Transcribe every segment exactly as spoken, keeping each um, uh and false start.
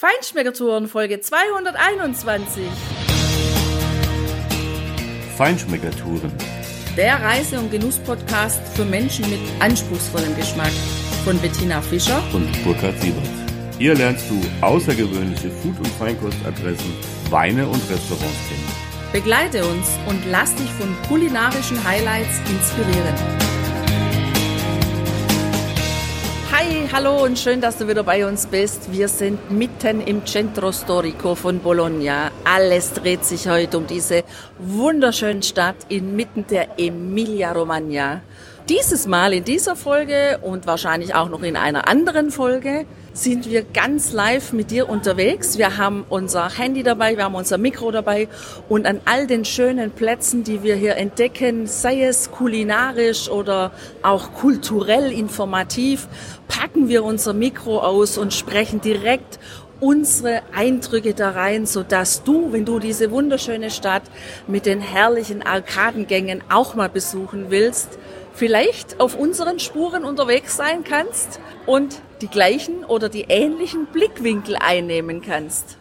Feinschmeckertouren Folge zweihunderteinundzwanzig. Feinschmeckertouren. Der Reise- und Genuss-Podcast für Menschen mit anspruchsvollem Geschmack von Bettina Fischer und Burkhard Siebert. Hier lernst du außergewöhnliche Food- und Feinkostadressen, Weine und Restaurants kennen. Begleite uns und lass dich von kulinarischen Highlights inspirieren. Hi, hallo und schön, dass du wieder bei uns bist. Wir sind mitten im Centro Storico von Bologna. Alles dreht sich heute um diese wunderschöne Stadt inmitten der Emilia-Romagna. Dieses Mal in dieser Folge und wahrscheinlich auch noch in einer anderen Folge sind wir ganz live mit dir unterwegs. Wir haben unser Handy dabei, wir haben unser Mikro dabei und an all den schönen Plätzen, die wir hier entdecken, sei es kulinarisch oder auch kulturell informativ, packen wir unser Mikro aus und sprechen direkt unsere Eindrücke da rein, sodass du, wenn du diese wunderschöne Stadt mit den herrlichen Arkadengängen auch mal besuchen willst, vielleicht auf unseren Spuren unterwegs sein kannst und die gleichen oder die ähnlichen Blickwinkel einnehmen kannst.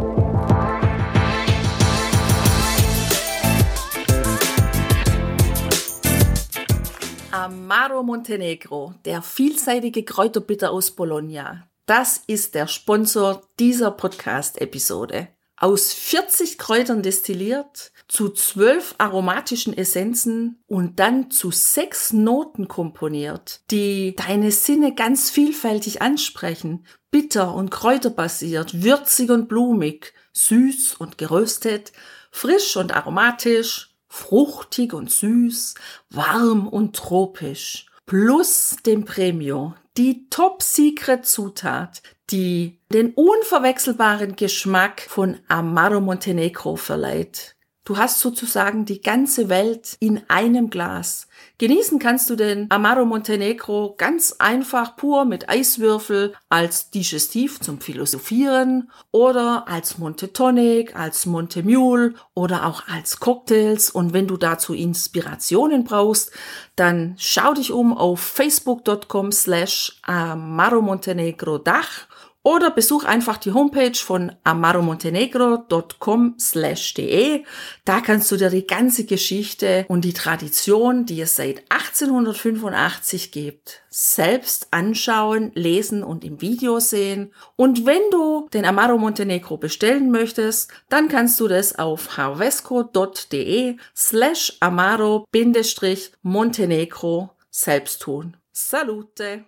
Amaro Montenegro, der vielseitige Kräuterbitter aus Bologna. Das ist der Sponsor dieser Podcast-Episode. Aus vierzig Kräutern destilliert, zu zwölf aromatischen Essenzen und dann zu sechs Noten komponiert, die deine Sinne ganz vielfältig ansprechen. Bitter und kräuterbasiert, würzig und blumig, süß und geröstet, frisch und aromatisch, fruchtig und süß, warm und tropisch. Plus dem Premio, die Top-Secret-Zutat, die den unverwechselbaren Geschmack von Amaro Montenegro verleiht. Du hast sozusagen die ganze Welt in einem Glas. Genießen kannst du den Amaro Montenegro ganz einfach pur mit Eiswürfel als Digestiv zum Philosophieren oder als Monte Tonic, als Monte Mule oder auch als Cocktails. Und wenn du dazu Inspirationen brauchst, dann schau dich um auf facebook punkt com slash Amaro Montenegro Dach. Oder besuch einfach die Homepage von amaromontenegro punkt com slash de. Da kannst du dir die ganze Geschichte und die Tradition, die es seit achtzehnhundertfünfundachtzig gibt, selbst anschauen, lesen und im Video sehen. Und wenn du den Amaro Montenegro bestellen möchtest, dann kannst du das auf harvesco punkt de slash amaro Montenegro selbst tun. Salute!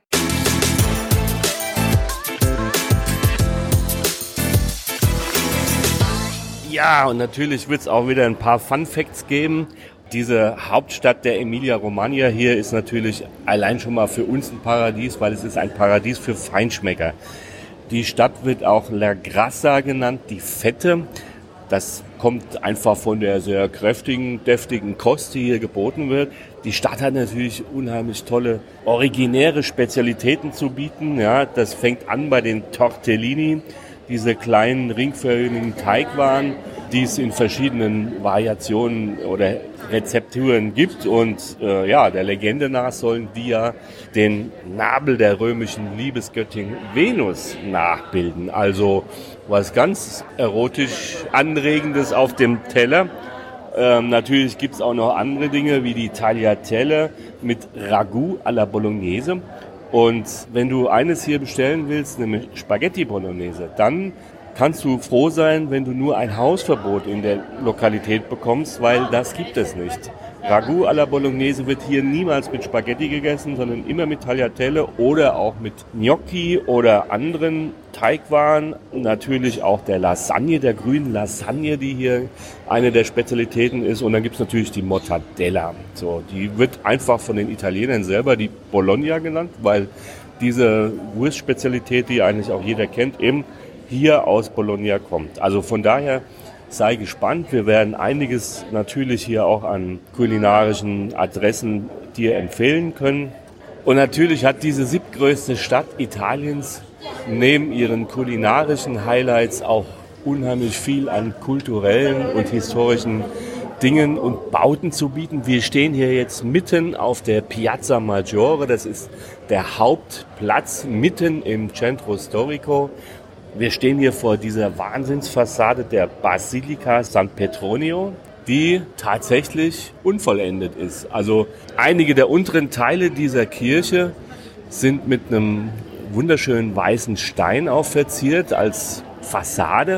Ja, und natürlich wird es auch wieder ein paar Fun Facts geben. Diese Hauptstadt der Emilia-Romagna hier ist natürlich allein schon mal für uns ein Paradies, weil es ist ein Paradies für Feinschmecker. Die Stadt wird auch La Grassa genannt, die Fette. Das kommt einfach von der sehr kräftigen, deftigen Kost, die hier geboten wird. Die Stadt hat natürlich unheimlich tolle, originäre Spezialitäten zu bieten. Ja, das fängt an bei den Tortellini. Diese kleinen ringförmigen Teigwaren, die es in verschiedenen Variationen oder Rezepturen gibt. Und äh, ja, der Legende nach sollen die ja den Nabel der römischen Liebesgöttin Venus nachbilden. Also was ganz erotisch Anregendes auf dem Teller. Ähm, natürlich gibt es auch noch andere Dinge wie die Tagliatelle mit Ragout alla Bolognese. Und wenn du eines hier bestellen willst, nämlich Spaghetti Bolognese, dann kannst du froh sein, wenn du nur ein Hausverbot in der Lokalität bekommst, weil das gibt es nicht. Ragout alla Bolognese wird hier niemals mit Spaghetti gegessen, sondern immer mit Tagliatelle oder auch mit Gnocchi oder anderen Teigwaren. Natürlich auch der Lasagne, der grünen Lasagne, die hier eine der Spezialitäten ist. Und dann gibt es natürlich die Mortadella. So, die wird einfach von den Italienern selber die Bologna genannt, weil diese Wurstspezialität, die eigentlich auch jeder kennt, eben hier aus Bologna kommt. Also von daher sei gespannt. Wir werden einiges natürlich hier auch an kulinarischen Adressen dir empfehlen können. Und natürlich hat diese siebtgrößte Stadt Italiens neben ihren kulinarischen Highlights auch unheimlich viel an kulturellen und historischen Dingen und Bauten zu bieten. Wir stehen hier jetzt mitten auf der Piazza Maggiore. Das ist der Hauptplatz mitten im Centro Storico. Wir stehen hier vor dieser Wahnsinnsfassade der Basilika San Petronio, die tatsächlich unvollendet ist. Also einige der unteren Teile dieser Kirche sind mit einem wunderschönen weißen Stein auch verziert als Fassade,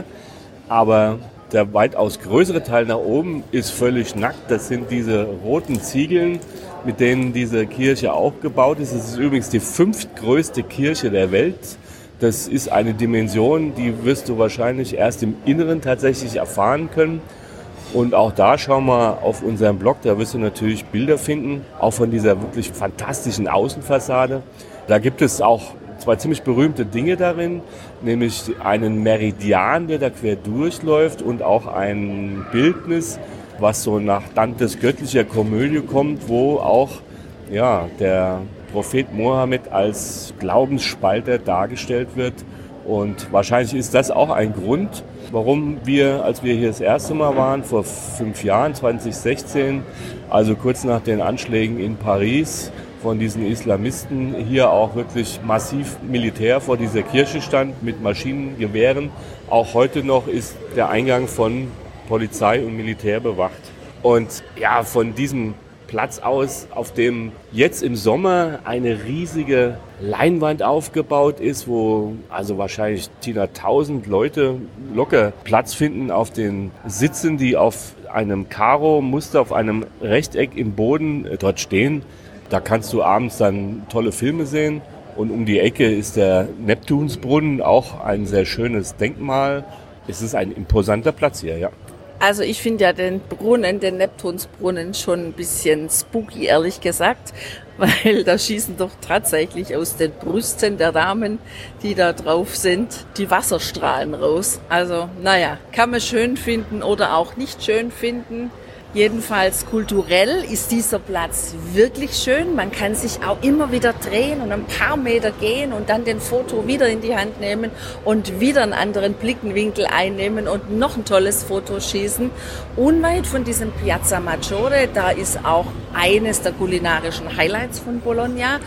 aber der weitaus größere Teil nach oben ist völlig nackt. Das sind diese roten Ziegeln, mit denen diese Kirche auch gebaut ist. Es ist übrigens die fünftgrößte Kirche der Welt. Das ist eine Dimension, die wirst du wahrscheinlich erst im Inneren tatsächlich erfahren können. Und auch da schauen wir auf unserem Blog, da wirst du natürlich Bilder finden, auch von dieser wirklich fantastischen Außenfassade. Da gibt es auch zwei ziemlich berühmte Dinge darin, nämlich einen Meridian, der da quer durchläuft und auch ein Bildnis, was so nach Dantes göttlicher Komödie kommt, wo auch ja, der Prophet Mohammed als Glaubensspalter dargestellt wird. Und wahrscheinlich ist das auch ein Grund, warum wir, als wir hier das erste Mal waren, vor fünf Jahren, zwanzig sechzehn, also kurz nach den Anschlägen in Paris von diesen Islamisten, hier auch wirklich massiv Militär vor dieser Kirche stand mit Maschinengewehren. Auch heute noch ist der Eingang von Polizei und Militär bewacht. Und ja, von diesem Platz aus, auf dem jetzt im Sommer eine riesige Leinwand aufgebaut ist, wo also wahrscheinlich Tina tausend Leute locker Platz finden auf den Sitzen, die auf einem Karo-Muster, auf einem Rechteck im Boden dort stehen. Da kannst du abends dann tolle Filme sehen. Und um die Ecke ist der Neptunsbrunnen, auch ein sehr schönes Denkmal. Es ist ein imposanter Platz hier, ja. Also ich finde ja den Brunnen, den Neptunsbrunnen, schon ein bisschen spooky, ehrlich gesagt, weil da schießen doch tatsächlich aus den Brüsten der Damen, die da drauf sind, die Wasserstrahlen raus. Also naja, kann man schön finden oder auch nicht schön finden. Jedenfalls kulturell ist dieser Platz wirklich schön. Man kann sich auch immer wieder drehen und ein paar Meter gehen und dann den Foto wieder in die Hand nehmen und wieder einen anderen Blickwinkel einnehmen und noch ein tolles Foto schießen. Unweit von diesem Piazza Maggiore, da ist auch eines der kulinarischen Highlights von Bologna.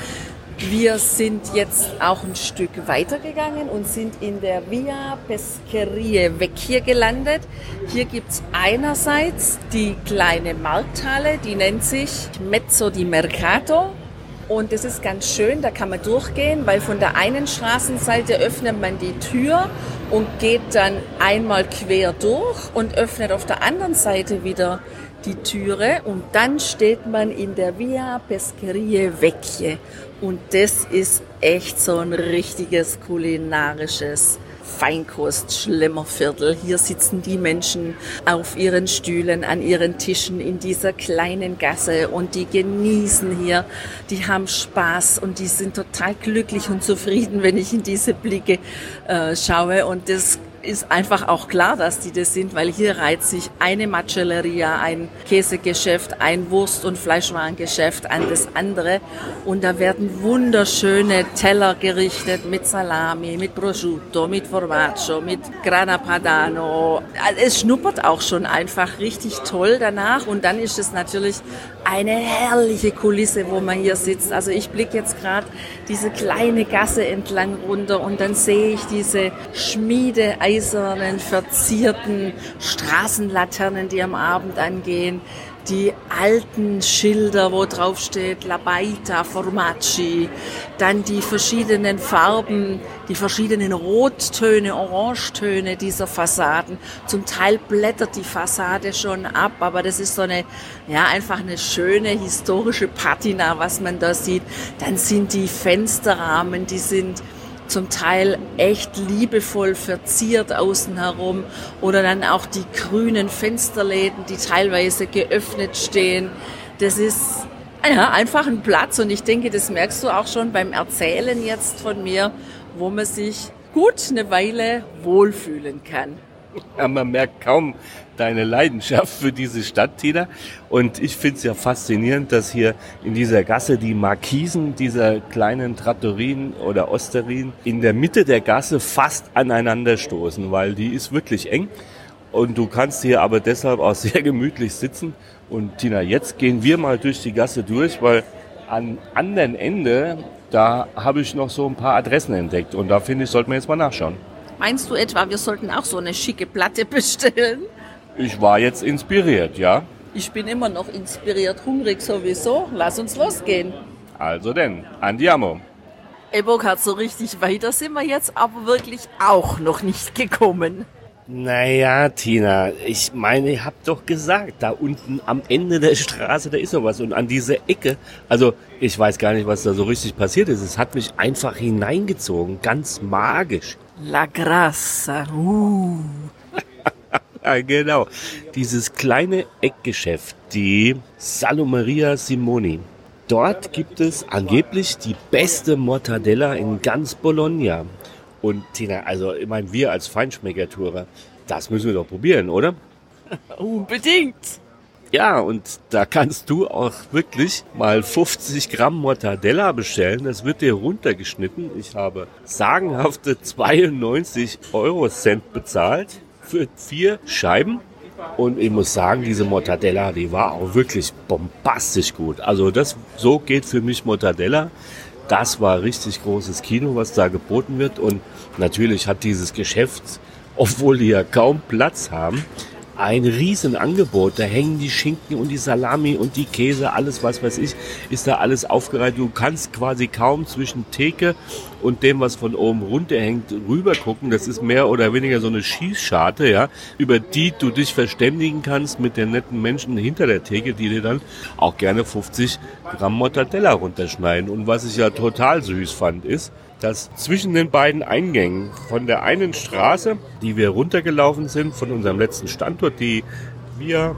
Wir sind jetzt auch ein Stück weitergegangen und sind in der Via Pescherie Vecchie gelandet. Hier gibt's einerseits die kleine Markthalle, die nennt sich Mezzo di Mercato. Und das ist ganz schön, da kann man durchgehen, weil von der einen Straßenseite öffnet man die Tür und geht dann einmal quer durch und öffnet auf der anderen Seite wieder die Türe und dann steht man in der Via Pescherie Vecchie. Und das ist echt so ein richtiges kulinarisches Feinkost-Schlemmerviertel. Hier sitzen die Menschen auf ihren Stühlen, an ihren Tischen in dieser kleinen Gasse und die genießen hier, die haben Spaß und die sind total glücklich und zufrieden, wenn ich in diese Blicke äh, schaue. Und das ist einfach auch klar, dass die das sind, weil hier reiht sich eine Macelleria, ein Käsegeschäft, ein Wurst- und Fleischwarengeschäft an das andere und da werden wunderschöne Teller gerichtet mit Salami, mit Prosciutto, mit Formaggio, mit Grana Padano. Es schnuppert auch schon einfach richtig toll danach und dann ist es natürlich eine herrliche Kulisse, wo man hier sitzt. Also ich blicke jetzt gerade diese kleine Gasse entlang runter und dann sehe ich diese Schmiede eisernen, verzierten Straßenlaternen, die am Abend angehen, die alten Schilder, wo drauf steht La Baita, Formaggi, dann die verschiedenen Farben, die verschiedenen Rottöne, Orangetöne dieser Fassaden. Zum Teil blättert die Fassade schon ab, aber das ist so eine, ja, einfach eine schöne historische Patina, was man da sieht. Dann sind die Fensterrahmen, die sind zum Teil echt liebevoll verziert außen herum oder dann auch die grünen Fensterläden, die teilweise geöffnet stehen. Das ist ja einfach ein Platz und ich denke, das merkst du auch schon beim Erzählen jetzt von mir, wo man sich gut eine Weile wohlfühlen kann. Ja, man merkt kaum deine Leidenschaft für diese Stadt, Tina. Und ich finde es ja faszinierend, dass hier in dieser Gasse die Markisen dieser kleinen Trattorien oder Osterien in der Mitte der Gasse fast aneinander stoßen, weil die ist wirklich eng. Und du kannst hier aber deshalb auch sehr gemütlich sitzen. Und Tina, jetzt gehen wir mal durch die Gasse durch, weil am anderen Ende, da habe ich noch so ein paar Adressen entdeckt. Und da finde ich, sollten wir jetzt mal nachschauen. Meinst du etwa, wir sollten auch so eine schicke Platte bestellen? Ich war jetzt inspiriert, ja? Ich bin immer noch inspiriert, hungrig sowieso. Lass uns losgehen. Also denn, andiamo. Ey Burkhard, so richtig weiter sind wir jetzt aber wirklich auch noch nicht gekommen. Naja, Tina, ich meine, ihr habt doch gesagt, da unten am Ende der Straße, da ist noch was. Und an diese Ecke, also ich weiß gar nicht, was da so richtig passiert ist. Es hat mich einfach hineingezogen, ganz magisch. La Grassa, uh. Ja, genau. Dieses kleine Eckgeschäft, die Salumeria Simoni. Dort gibt es angeblich die beste Mortadella in ganz Bologna. Und Tina, also ich meine, wir als Feinschmecker-Tourer, das müssen wir doch probieren, oder? Unbedingt. Ja, und da kannst du auch wirklich mal fünfzig Gramm Mortadella bestellen. Das wird dir runtergeschnitten. Ich habe sagenhafte zweiundneunzig Euro Cent bezahlt für vier Scheiben. Und ich muss sagen, diese Mortadella, die war auch wirklich bombastisch gut. Also das, so geht für mich Mortadella. Das war richtig großes Kino, was da geboten wird. Und natürlich hat dieses Geschäft, obwohl die ja kaum Platz haben, ein Riesenangebot. Da hängen die Schinken und die Salami und die Käse, alles was weiß ich, ist da alles aufgereiht. Du kannst quasi kaum zwischen Theke und dem, was von oben runterhängt, rüber gucken. Das ist mehr oder weniger so eine Schießscharte, ja, über die du dich verständigen kannst mit den netten Menschen hinter der Theke, die dir dann auch gerne fünfzig Gramm Mortadella runterschneiden. Und was ich ja total süß fand, ist, dass zwischen den beiden Eingängen von der einen Straße, die wir runtergelaufen sind, von unserem letzten Standort, die Via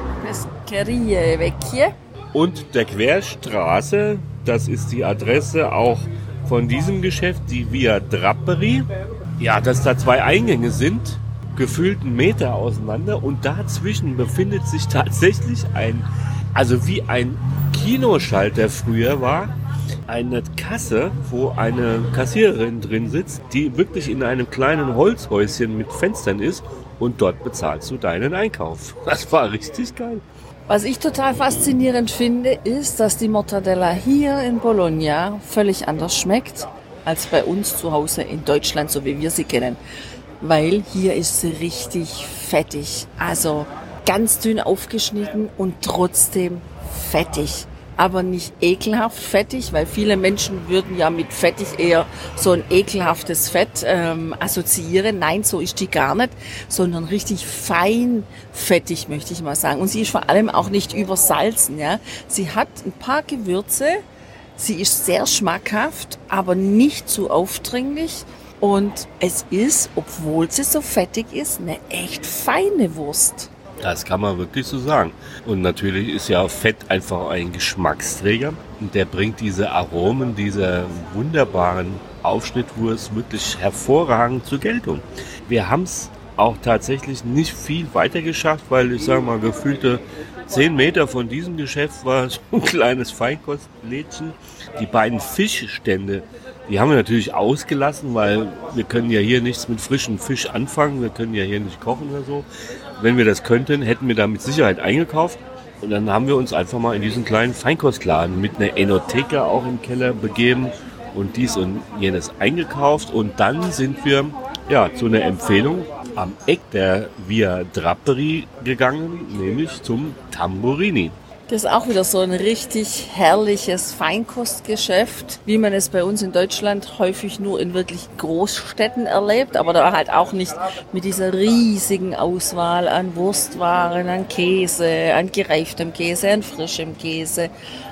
Pescherie Vecchie, und der Querstraße, das ist die Adresse auch von diesem Geschäft, die Via Drapperi, ja, dass da zwei Eingänge sind, gefühlt einen Meter auseinander, und dazwischen befindet sich tatsächlich ein, also wie ein Kinoschalter früher war, eine Kasse, wo eine Kassiererin drin sitzt, die wirklich in einem kleinen Holzhäuschen mit Fenstern ist, und dort bezahlst du deinen Einkauf. Das war richtig geil. Was ich total faszinierend finde, ist, dass die Mortadella hier in Bologna völlig anders schmeckt als bei uns zu Hause in Deutschland, so wie wir sie kennen. Weil hier ist sie richtig fettig, also ganz dünn aufgeschnitten und trotzdem fettig. Aber nicht ekelhaft fettig, weil viele Menschen würden ja mit fettig eher so ein ekelhaftes Fett ähm, assoziieren. Nein, so ist die gar nicht, sondern richtig fein fettig, möchte ich mal sagen. Und sie ist vor allem auch nicht übersalzen. Ja? Sie hat ein paar Gewürze, sie ist sehr schmackhaft, aber nicht zu aufdringlich. Und es ist, obwohl sie so fettig ist, eine echt feine Wurst. Das kann man wirklich so sagen. Und natürlich ist ja Fett einfach ein Geschmacksträger. Und der bringt diese Aromen dieser wunderbaren Aufschnittwurst wirklich hervorragend zur Geltung. Wir haben es auch tatsächlich nicht viel weiter geschafft, weil ich sage mal, gefühlte zehn Meter von diesem Geschäft war so ein kleines Feinkostlädchen. Die beiden Fischstände, die haben wir natürlich ausgelassen, weil wir können ja hier nichts mit frischem Fisch anfangen. Wir können ja hier nicht kochen oder so. Wenn wir das könnten, hätten wir da mit Sicherheit eingekauft. Und dann haben wir uns einfach mal in diesen kleinen Feinkostladen mit einer Enotheka auch im Keller begeben und dies und jenes eingekauft. Und dann sind wir ja zu einer Empfehlung am Eck der Via Drapperi gegangen, nämlich zum Tamburini. Das ist auch wieder so ein richtig herrliches Feinkostgeschäft, wie man es bei uns in Deutschland häufig nur in wirklich Großstädten erlebt, aber da halt auch nicht mit dieser riesigen Auswahl an Wurstwaren, an Käse, an gereiftem Käse, an frischem Käse,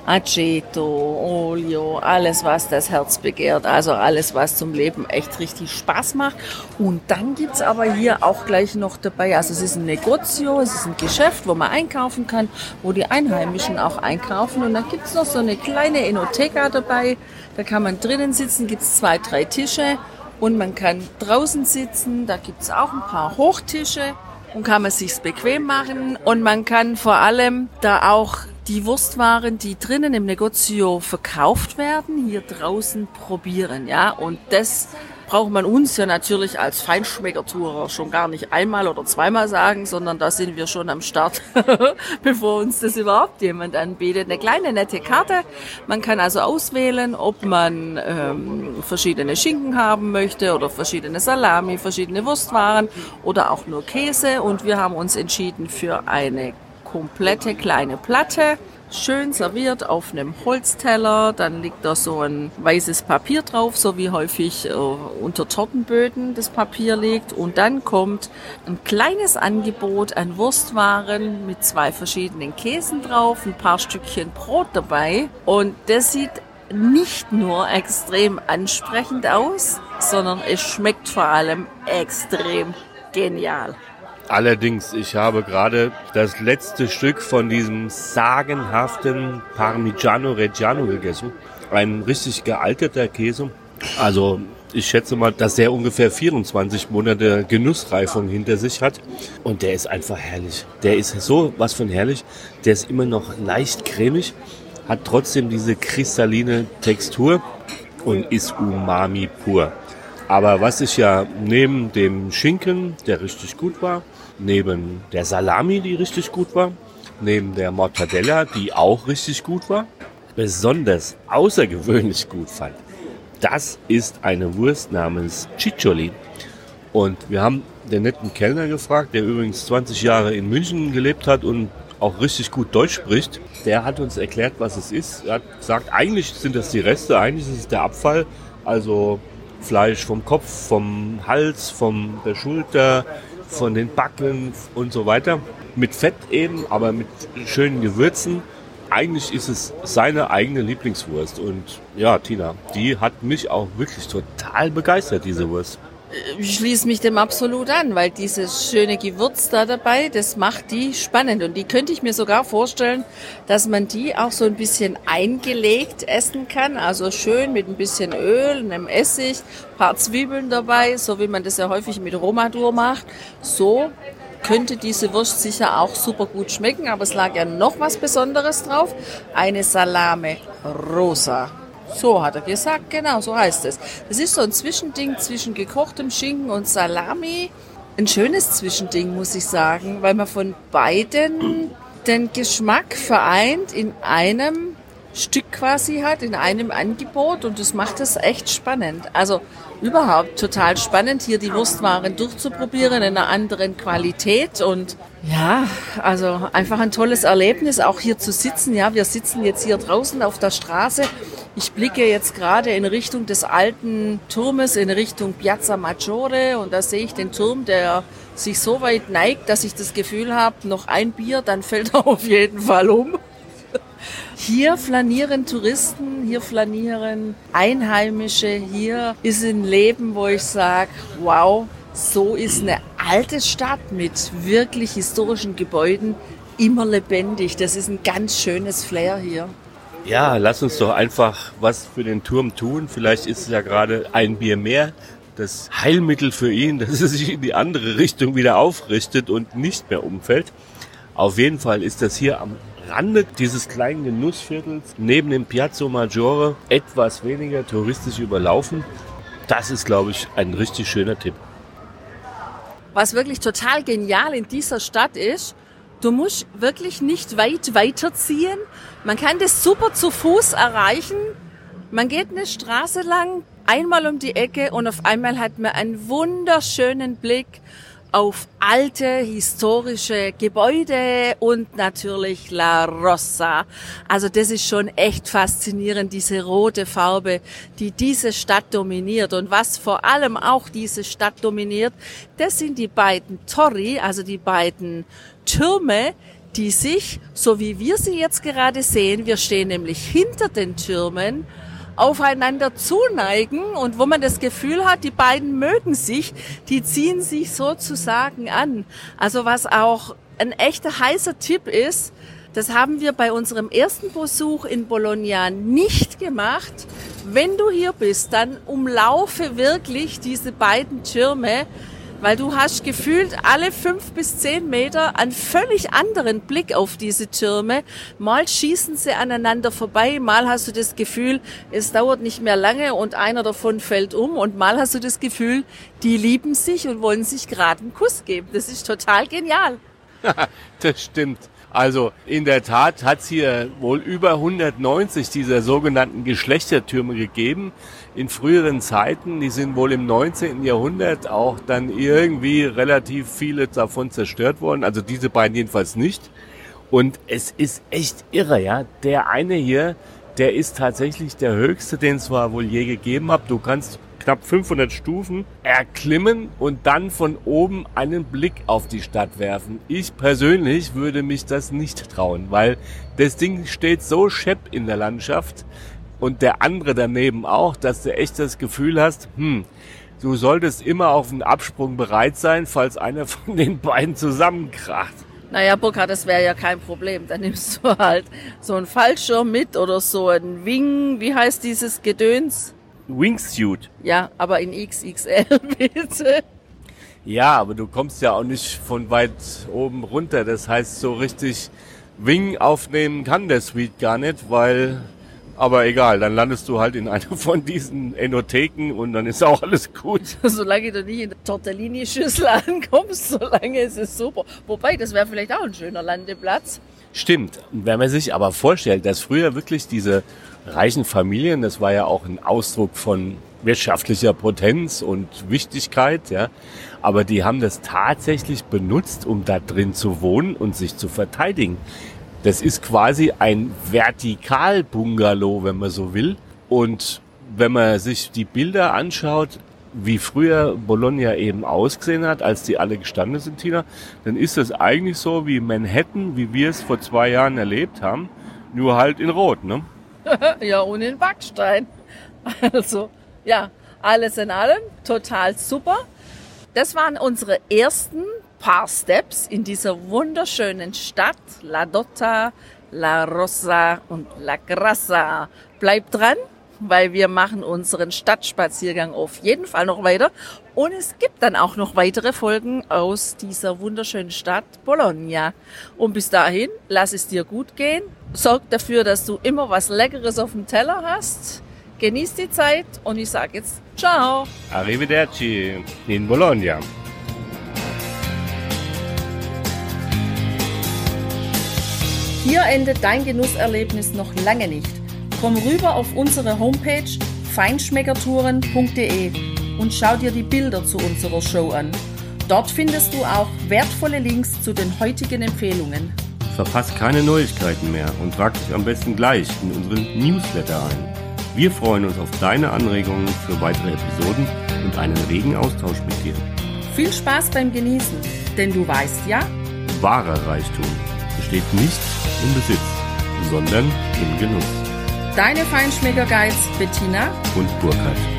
Aceto, Olio, alles, was das Herz begehrt, also alles, was zum Leben echt richtig Spaß macht. Und dann gibt's aber hier auch gleich noch dabei, also es ist ein Negozio, es ist ein Geschäft, wo man einkaufen kann, wo die Einheimischen auch einkaufen, und dann gibt's noch so eine kleine Enotheka dabei, da kann man drinnen sitzen, gibt's zwei, drei Tische, und man kann draußen sitzen, da gibt's auch ein paar Hochtische, und kann man sich's bequem machen, und man kann vor allem da auch die Wurstwaren, die drinnen im Negozio verkauft werden, hier draußen probieren, ja, und das braucht man uns ja natürlich als Feinschmecker-Tourer schon gar nicht einmal oder zweimal sagen, sondern da sind wir schon am Start, bevor uns das überhaupt jemand anbietet. Eine kleine, nette Karte. Man kann also auswählen, ob man ähm, verschiedene Schinken haben möchte oder verschiedene Salami, verschiedene Wurstwaren oder auch nur Käse. Und wir haben uns entschieden für eine komplette kleine Platte. Schön serviert auf einem Holzteller, dann liegt da so ein weißes Papier drauf, so wie häufig äh, unter Tortenböden das Papier liegt. Und dann kommt ein kleines Angebot an Wurstwaren mit zwei verschiedenen Käsen drauf, ein paar Stückchen Brot dabei. Und das sieht nicht nur extrem ansprechend aus, sondern es schmeckt vor allem extrem genial. Allerdings, ich habe gerade das letzte Stück von diesem sagenhaften Parmigiano Reggiano gegessen. Ein richtig gealterter Käse. Also ich schätze mal, dass der ungefähr vierundzwanzig Monate Genussreifung hinter sich hat. Und der ist einfach herrlich. Der ist so was von herrlich. Der ist immer noch leicht cremig, hat trotzdem diese kristalline Textur und ist Umami pur. Aber was ich ja neben dem Schinken, der richtig gut war, neben der Salami, die richtig gut war, neben der Mortadella, die auch richtig gut war, besonders außergewöhnlich gut fand, das ist eine Wurst namens Ciccioli. Und wir haben den netten Kellner gefragt, der übrigens zwanzig Jahre in München gelebt hat und auch richtig gut Deutsch spricht. Der hat uns erklärt, was es ist. Er hat gesagt, eigentlich sind das die Reste, eigentlich ist es der Abfall, also Fleisch vom Kopf, vom Hals, von der Schulter, von den Backen und so weiter. Mit Fett eben, aber mit schönen Gewürzen. Eigentlich ist es seine eigene Lieblingswurst. Und ja, Tina, die hat mich auch wirklich total begeistert, diese Wurst. Ich schließe mich dem absolut an, weil dieses schöne Gewürz da dabei, das macht die spannend. Und die könnte ich mir sogar vorstellen, dass man die auch so ein bisschen eingelegt essen kann. Also schön mit ein bisschen Öl, einem Essig, ein paar Zwiebeln dabei, so wie man das ja häufig mit Romadur macht. So könnte diese Wurst sicher auch super gut schmecken. Aber es lag ja noch was Besonderes drauf. Eine Salame Rosa. So hat er gesagt, genau, so heißt es. Das ist so ein Zwischending zwischen gekochtem Schinken und Salami. Ein schönes Zwischending, muss ich sagen, weil man von beiden den Geschmack vereint in einem Stück quasi hat, in einem Angebot, und das macht es echt spannend. Also überhaupt total spannend, hier die Wurstwaren durchzuprobieren in einer anderen Qualität, und ja, also einfach ein tolles Erlebnis, auch hier zu sitzen. Ja, wir sitzen jetzt hier draußen auf der Straße. Ich blicke jetzt gerade in Richtung des alten Turmes, in Richtung Piazza Maggiore, und da sehe ich den Turm, der sich so weit neigt, dass ich das Gefühl habe, noch ein Bier, dann fällt er auf jeden Fall um. Hier flanieren Touristen, hier flanieren Einheimische, hier ist ein Leben, wo ich sage, wow, so ist eine alte Stadt mit wirklich historischen Gebäuden immer lebendig. Das ist ein ganz schönes Flair hier. Ja, lass uns doch einfach was für den Turm tun. Vielleicht ist es ja gerade ein Bier mehr das Heilmittel für ihn, dass er sich in die andere Richtung wieder aufrichtet und nicht mehr umfällt. Auf jeden Fall ist das hier am Rande dieses kleinen Genussviertels neben dem Piazza Maggiore etwas weniger touristisch überlaufen. Das ist, glaube ich, ein richtig schöner Tipp. Was wirklich total genial in dieser Stadt ist, du musst wirklich nicht weit weiterziehen. Man kann das super zu Fuß erreichen. Man geht eine Straße lang, einmal um die Ecke, und auf einmal hat man einen wunderschönen Blick auf alte, historische Gebäude und natürlich La Rossa. Also das ist schon echt faszinierend, diese rote Farbe, die diese Stadt dominiert. Und was vor allem auch diese Stadt dominiert, das sind die beiden Torri, also die beiden Türme, die sich, so wie wir sie jetzt gerade sehen, wir stehen nämlich hinter den Türmen, aufeinander zuneigen, und wo man das Gefühl hat, die beiden mögen sich, die ziehen sich sozusagen an. Also was auch ein echter heißer Tipp ist, das haben wir bei unserem ersten Besuch in Bologna nicht gemacht. Wenn du hier bist, dann umlaufe wirklich diese beiden Türme. weil du hast gefühlt alle fünf bis zehn Meter einen völlig anderen Blick auf diese Türme. Mal schießen sie aneinander vorbei, mal hast du das Gefühl, es dauert nicht mehr lange und einer davon fällt um und mal hast du das Gefühl, die lieben sich und wollen sich gerade einen Kuss geben. Das ist total genial. Das stimmt. Also in der Tat hat es hier wohl über hundertneunzig dieser sogenannten Geschlechtertürme gegeben. In früheren Zeiten, die sind wohl im neunzehnten Jahrhundert auch dann irgendwie relativ viele davon zerstört worden. Also diese beiden jedenfalls nicht. Und es ist echt irre, ja. Der eine hier, der ist tatsächlich der höchste, den es wohl je gegeben hat. Du kannst knapp fünfhundert Stufen erklimmen und dann von oben einen Blick auf die Stadt werfen. Ich persönlich würde mich das nicht trauen, weil das Ding steht so schepp in der Landschaft und der andere daneben auch, dass du echt das Gefühl hast, hm, du solltest immer auf einen Absprung bereit sein, falls einer von den beiden zusammenkracht. Naja, Burkhard, das wäre ja kein Problem. Dann nimmst du halt so einen Fallschirm mit oder so einen Wing, wie heißt dieses Gedöns? Wingsuit. Ja, aber in X X L, bitte. Ja, aber du kommst ja auch nicht von weit oben runter. Das heißt, so richtig Wing aufnehmen kann der Suite gar nicht, weil... Aber egal, dann landest du halt in einer von diesen Enotheken und dann ist auch alles gut. Solange du nicht in der Tortellini-Schüssel ankommst, solange ist es super. Wobei, das wäre vielleicht auch ein schöner Landeplatz. Stimmt. Wenn man sich aber vorstellt, dass früher wirklich diese reichen Familien, das war ja auch ein Ausdruck von wirtschaftlicher Potenz und Wichtigkeit, ja. Aber die haben das tatsächlich benutzt, um da drin zu wohnen und sich zu verteidigen. Das ist quasi ein Vertikal-Bungalow, wenn man so will. Und wenn man sich die Bilder anschaut, wie früher Bologna eben ausgesehen hat, als die alle gestanden sind, Tina, dann ist das eigentlich so wie Manhattan, wie wir es vor zwei Jahren erlebt haben, nur halt in Rot, ne? Ja, und in Backstein. Also, ja, alles in allem total super. Das waren unsere ersten paar Steps in dieser wunderschönen Stadt, La Dotta, La Rossa und La Grassa. Bleibt dran, weil wir machen unseren Stadtspaziergang auf jeden Fall noch weiter. Und es gibt dann auch noch weitere Folgen aus dieser wunderschönen Stadt Bologna. Und bis dahin, lass es dir gut gehen. Sorg dafür, dass du immer was Leckeres auf dem Teller hast. Genieß die Zeit und ich sage jetzt ciao. Arrivederci in Bologna. Hier endet dein Genusserlebnis noch lange nicht. Komm rüber auf unsere Homepage feinschmeckertouren punkt de und schau dir die Bilder zu unserer Show an. Dort findest du auch wertvolle Links zu den heutigen Empfehlungen. Verpasst keine Neuigkeiten mehr und trag dich am besten gleich in unseren Newsletter ein. Wir freuen uns auf deine Anregungen für weitere Episoden und einen regen Austausch mit dir. Viel Spaß beim Genießen, denn du weißt ja, wahrer Reichtum besteht nicht im Besitz, sondern im Genuss. Deine Feinschmecker-Guides Bettina und Burkhard.